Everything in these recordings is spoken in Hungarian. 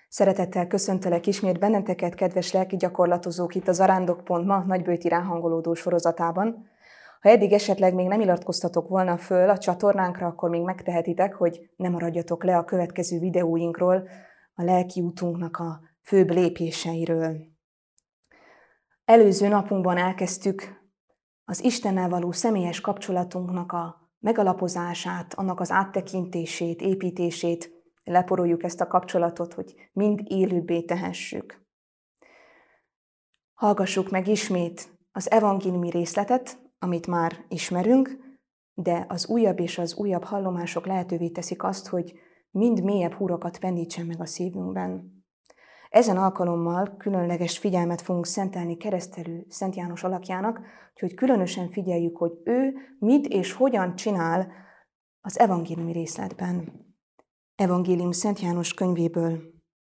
Szeretettel köszöntelek ismét benneteket, kedves lelki gyakorlatozók itt az Arándok.ma nagybőti ráhangolódó sorozatában. Ha eddig esetleg még nem iratkoztatok volna föl a csatornánkra, akkor még megtehetitek, hogy ne maradjatok le a következő videóinkról, a lelki útunknak a főbb lépéseiről. Előző napunkban elkezdtük az Istennel való személyes kapcsolatunknak a megalapozását, annak az áttekintését, építését, leporoljuk ezt a kapcsolatot, hogy mind élőbbé tehessük. Hallgassuk meg ismét az evangéliumi részletet, amit már ismerünk, de az újabb és az újabb hallomások lehetővé teszik azt, hogy mind mélyebb húrokat pendítsen meg a szívünkben. Ezen alkalommal különleges figyelmet fogunk szentelni keresztelő Szent János alakjának, úgyhogy különösen figyeljük, hogy ő mit és hogyan csinál az evangéliumi részletben. Evangélium Szent János könyvéből.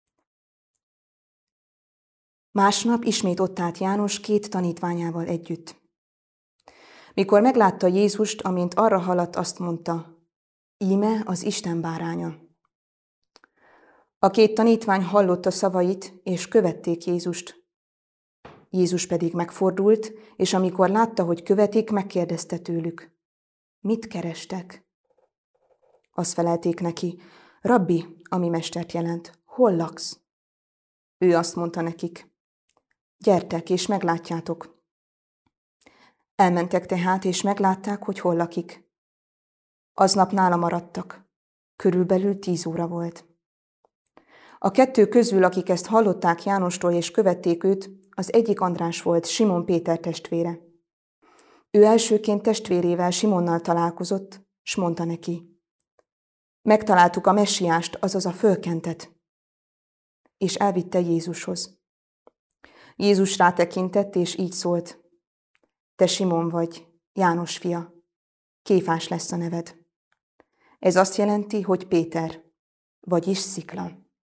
Másnap ismét ott állt János 2 tanítványával együtt. Mikor meglátta Jézust, amint arra haladt, azt mondta: íme az Isten báránya. A 2 tanítvány hallotta szavait, és követték Jézust. Jézus pedig megfordult, és amikor látta, hogy követik, megkérdezte tőlük: mit kerestek? Azt felelték neki: Rabbi, ami mestert jelent, hol laksz? Ő azt mondta nekik: gyertek, és meglátjátok. Elmentek tehát, és meglátták, hogy hol lakik. Aznap nála maradtak. Körülbelül 10 óra volt. A 2 közül, akik ezt hallották Jánostól és követték őt, az egyik András volt, Simon Péter testvére. Ő elsőként testvérével, Simonnal találkozott, s mondta neki: megtaláltuk a messiást, azaz a fölkentet. És elvitte Jézushoz. Jézus rátekintett, és így szólt: te Simon vagy, János fia, Kéfás lesz a neved. Ez azt jelenti, hogy Péter, vagyis szikla.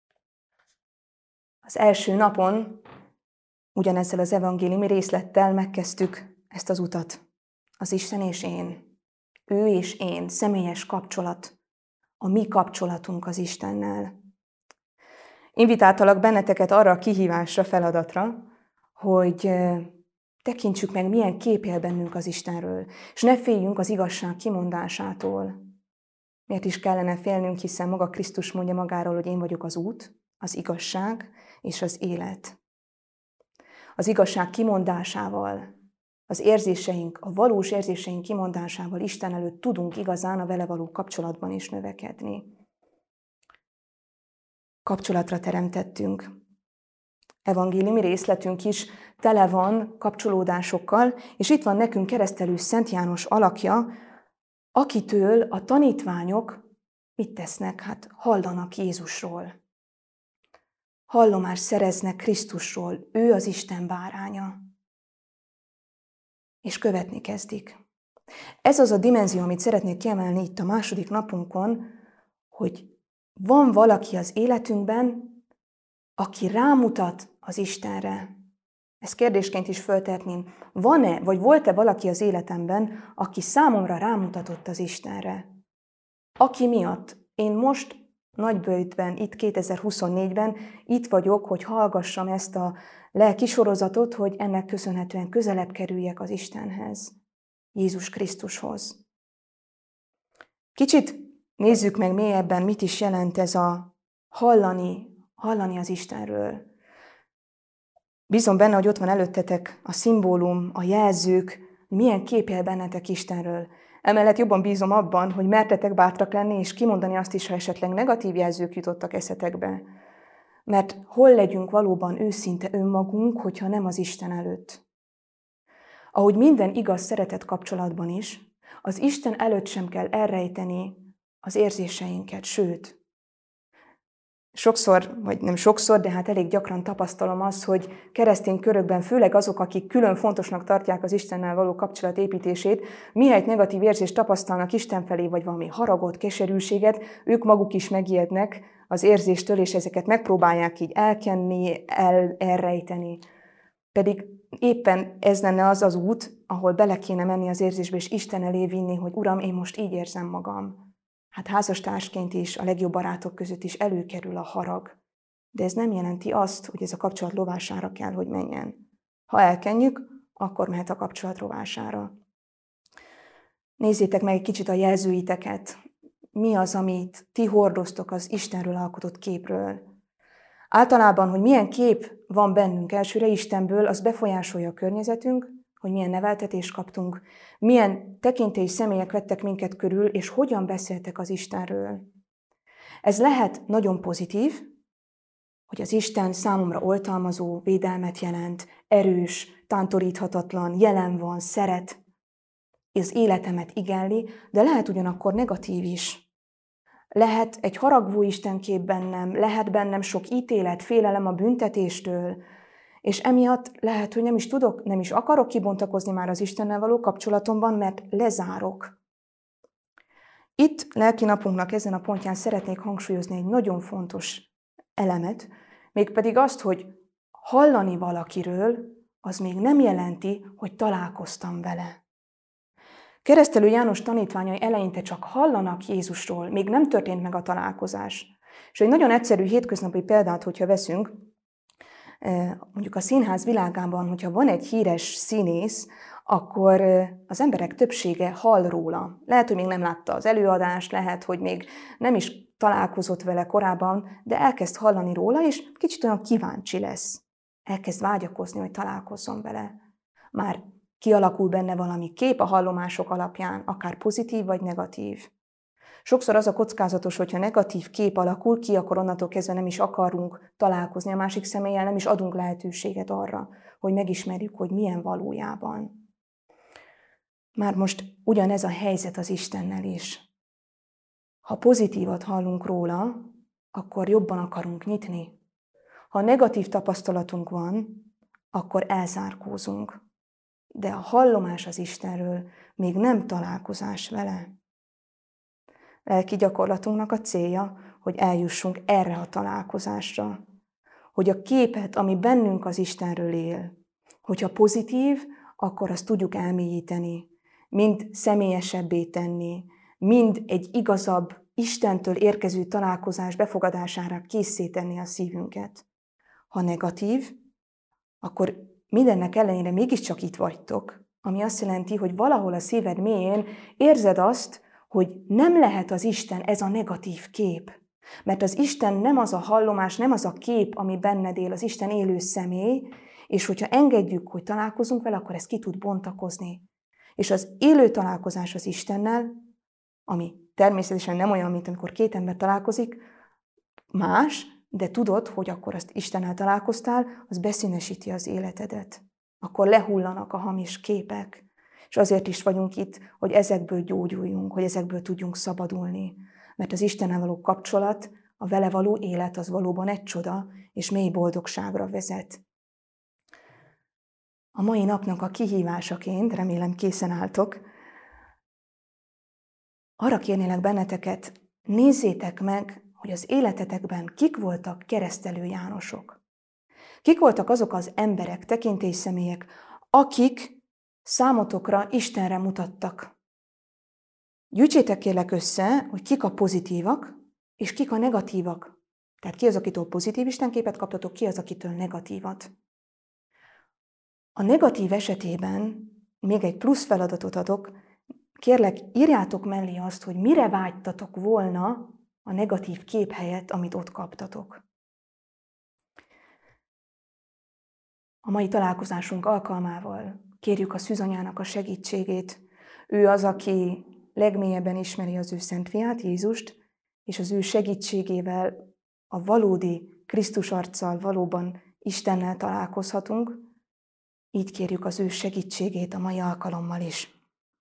Az első napon ugyanezzel az evangéliumi részlettel megkezdtük ezt az utat. Az Isten és én, ő és én, személyes kapcsolat, a mi kapcsolatunk az Istennel. Invitáltalak benneteket arra a kihívásra, feladatra, hogy tekintsük meg, milyen kép él bennünk az Istenről, és ne féljünk az igazság kimondásától. Miért is kellene félnünk, hiszen maga Krisztus mondja magáról, hogy én vagyok az út, az igazság és az élet. Az igazság kimondásával, az érzéseink, a valós érzéseink kimondásával Isten előtt tudunk igazán a vele való kapcsolatban is növekedni. Kapcsolatra teremtettünk. Evangéliumi részletünk is tele van kapcsolódásokkal, és itt van nekünk keresztelő Szent János alakja, akitől a tanítványok mit tesznek? Hát hallanak Jézusról. Hallomást szereznek Krisztusról, ő az Isten báránya. És követni kezdik. Ez az a dimenzió, amit szeretnék kiemelni itt a második napunkon, hogy van valaki az életünkben, aki rámutat az Istenre. Ezt kérdésként is föltehetném. Van-e, vagy volt-e valaki az életemben, aki számomra rámutatott az Istenre? Aki miatt én most Nagybőjtben, itt 2024-ben itt vagyok, hogy hallgassam ezt a lelki sorozatot, hogy ennek köszönhetően közelebb kerüljek az Istenhez, Jézus Krisztushoz. Kicsit nézzük meg mélyebben, mit is jelent ez a hallani az Istenről. Bízom benne, hogy ott van előttetek a szimbólum, a jelzők, milyen kép él bennetek Istenről. Emellett jobban bízom abban, hogy mertetek bátrak lenni, és kimondani azt is, ha esetleg negatív jelzők jutottak eszetekbe. Mert hol legyünk valóban őszinte önmagunk, hogyha nem az Isten előtt? Ahogy minden igaz szeretet kapcsolatban is, az Isten előtt sem kell elrejteni az érzéseinket, sőt, sokszor, vagy nem sokszor, de hát elég gyakran tapasztalom azt, hogy keresztény körökben, főleg azok, akik külön fontosnak tartják az Istennel való kapcsolat építését, mihelyt negatív érzést tapasztalnak Isten felé, vagy valami haragot, keserűséget, ők maguk is megijednek az érzéstől, és ezeket megpróbálják így elkenni, elrejteni. Pedig éppen ez lenne az az út, ahol bele kéne menni az érzésbe, és Isten elé vinni, hogy Uram, én most így érzem magam. Hát házastársként is, a legjobb barátok között is előkerül a harag. de ez nem jelenti azt, hogy ez a kapcsolat rovására kell, hogy menjen. Ha elkenjük, akkor mehet a kapcsolat rovására. Nézzétek meg egy kicsit a jelzőiteket. Mi az, amit ti hordoztok az Istenről alkotott képről? Általában, hogy milyen kép van bennünk elsőre Istenből, az befolyásolja a környezetünk, hogy milyen neveltetést kaptunk, milyen tekintélyes személyek vettek minket körül, és hogyan beszéltek az Istenről. Ez lehet nagyon pozitív, hogy az Isten számomra oltalmazó, védelmet jelent, erős, tántoríthatatlan, jelen van, szeret, az életemet igenli, de lehet ugyanakkor negatív is. Lehet egy haragvó Istenkép bennem, lehet bennem sok ítélet, félelem a büntetéstől, és emiatt lehet, hogy nem is akarok kibontakozni már az Istennel való kapcsolatomban, mert lezárok. Itt lelki napunknak ezen a pontján szeretnék hangsúlyozni egy nagyon fontos elemet, mégpedig azt, hogy hallani valakiről, az még nem jelenti, hogy találkoztam vele. Keresztelő János tanítványai eleinte csak hallanak Jézusról, még nem történt meg a találkozás. És egy nagyon egyszerű hétköznapi példát, hogyha veszünk, mondjuk a színház világában, hogyha van egy híres színész, akkor az emberek többsége hall róla. Lehet, hogy még nem látta az előadást, lehet, hogy még nem is találkozott vele korábban, de elkezd hallani róla, és kicsit olyan kíváncsi lesz. Elkezd vágyakozni, hogy találkozzon vele. Már kialakul benne valami kép a hallomások alapján, akár pozitív vagy negatív. Sokszor az a kockázatos, hogyha negatív kép alakul ki, akkor onnantól kezdve nem is akarunk találkozni a másik személlyel, nem is adunk lehetőséget arra, hogy megismerjük, hogy milyen valójában. Már most ugyanez a helyzet az Istennel is. Ha pozitívat hallunk róla, akkor jobban akarunk nyitni. Ha negatív tapasztalatunk van, akkor elzárkózunk. De a hallomás az Istenről még nem találkozás vele. Lelki gyakorlatunknak a célja, hogy eljussunk erre a találkozásra. Hogy a képet, ami bennünk az Istenről él, hogyha pozitív, akkor azt tudjuk elmélyíteni, mind személyesebbé tenni, mind egy igazabb, Istentől érkező találkozás befogadására készé tenni a szívünket. Ha negatív, akkor mindennek ellenére mégiscsak itt vagytok, ami azt jelenti, hogy valahol a szíved mélyén érzed azt, hogy nem lehet az Isten ez a negatív kép. Mert az Isten nem az a hallomás, nem az a kép, ami benned él, az Isten élő személy, és hogyha engedjük, hogy találkozunk vele, akkor ez ki tud bontakozni. És az élő találkozás az Istennel, ami természetesen nem olyan, mint amikor két ember találkozik, más, de tudod, hogy akkor azt Istennel találkoztál, az beszínesíti az életedet. Akkor lehullanak a hamis képek. És azért is vagyunk itt, hogy ezekből gyógyuljunk, hogy ezekből tudjunk szabadulni. Mert az Istennel való kapcsolat, a vele való élet az valóban egy csoda, és mély boldogságra vezet. A mai napnak a kihívásaként, remélem készen álltok, arra kérnélek benneteket, nézzétek meg, hogy az életetekben kik voltak keresztelő Jánosok. Kik voltak azok az emberek, tekintélyes személyek, akik számotokra Istenre mutattak. Gyűjtsétek kérlek össze, hogy kik a pozitívak, és kik a negatívak. Tehát ki az, akitől pozitív istenképet kaptatok, ki az, akitől negatívat. A negatív esetében még egy plusz feladatot adok, kérlek, írjátok mellé azt, hogy mire vágytatok volna a negatív kép helyett, amit ott kaptatok. A mai találkozásunk alkalmával kérjük a szűzanyának a segítségét. Ő az, aki legmélyebben ismeri az ő szent fiát, Jézust, és az ő segítségével a valódi Krisztus arccal valóban Istennel találkozhatunk. Így kérjük az ő segítségét a mai alkalommal is.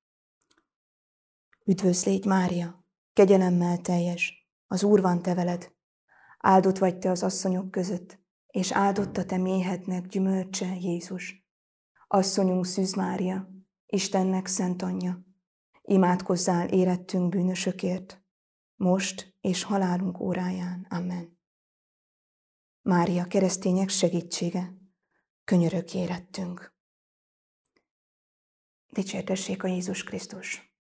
Üdvözl légy, Mária, kegyelemmel teljes, az Úr van te veled. Áldott vagy te az asszonyok között, és áldott a te méhednek gyümölcse, Jézus. Asszonyunk Szűz Mária, Istennek szent anyja, imádkozzál érettünk bűnösökért, most és halálunk óráján. Amen. Mária keresztények segítsége, könyörögj érettünk. Dicsértessék a Jézus Krisztus!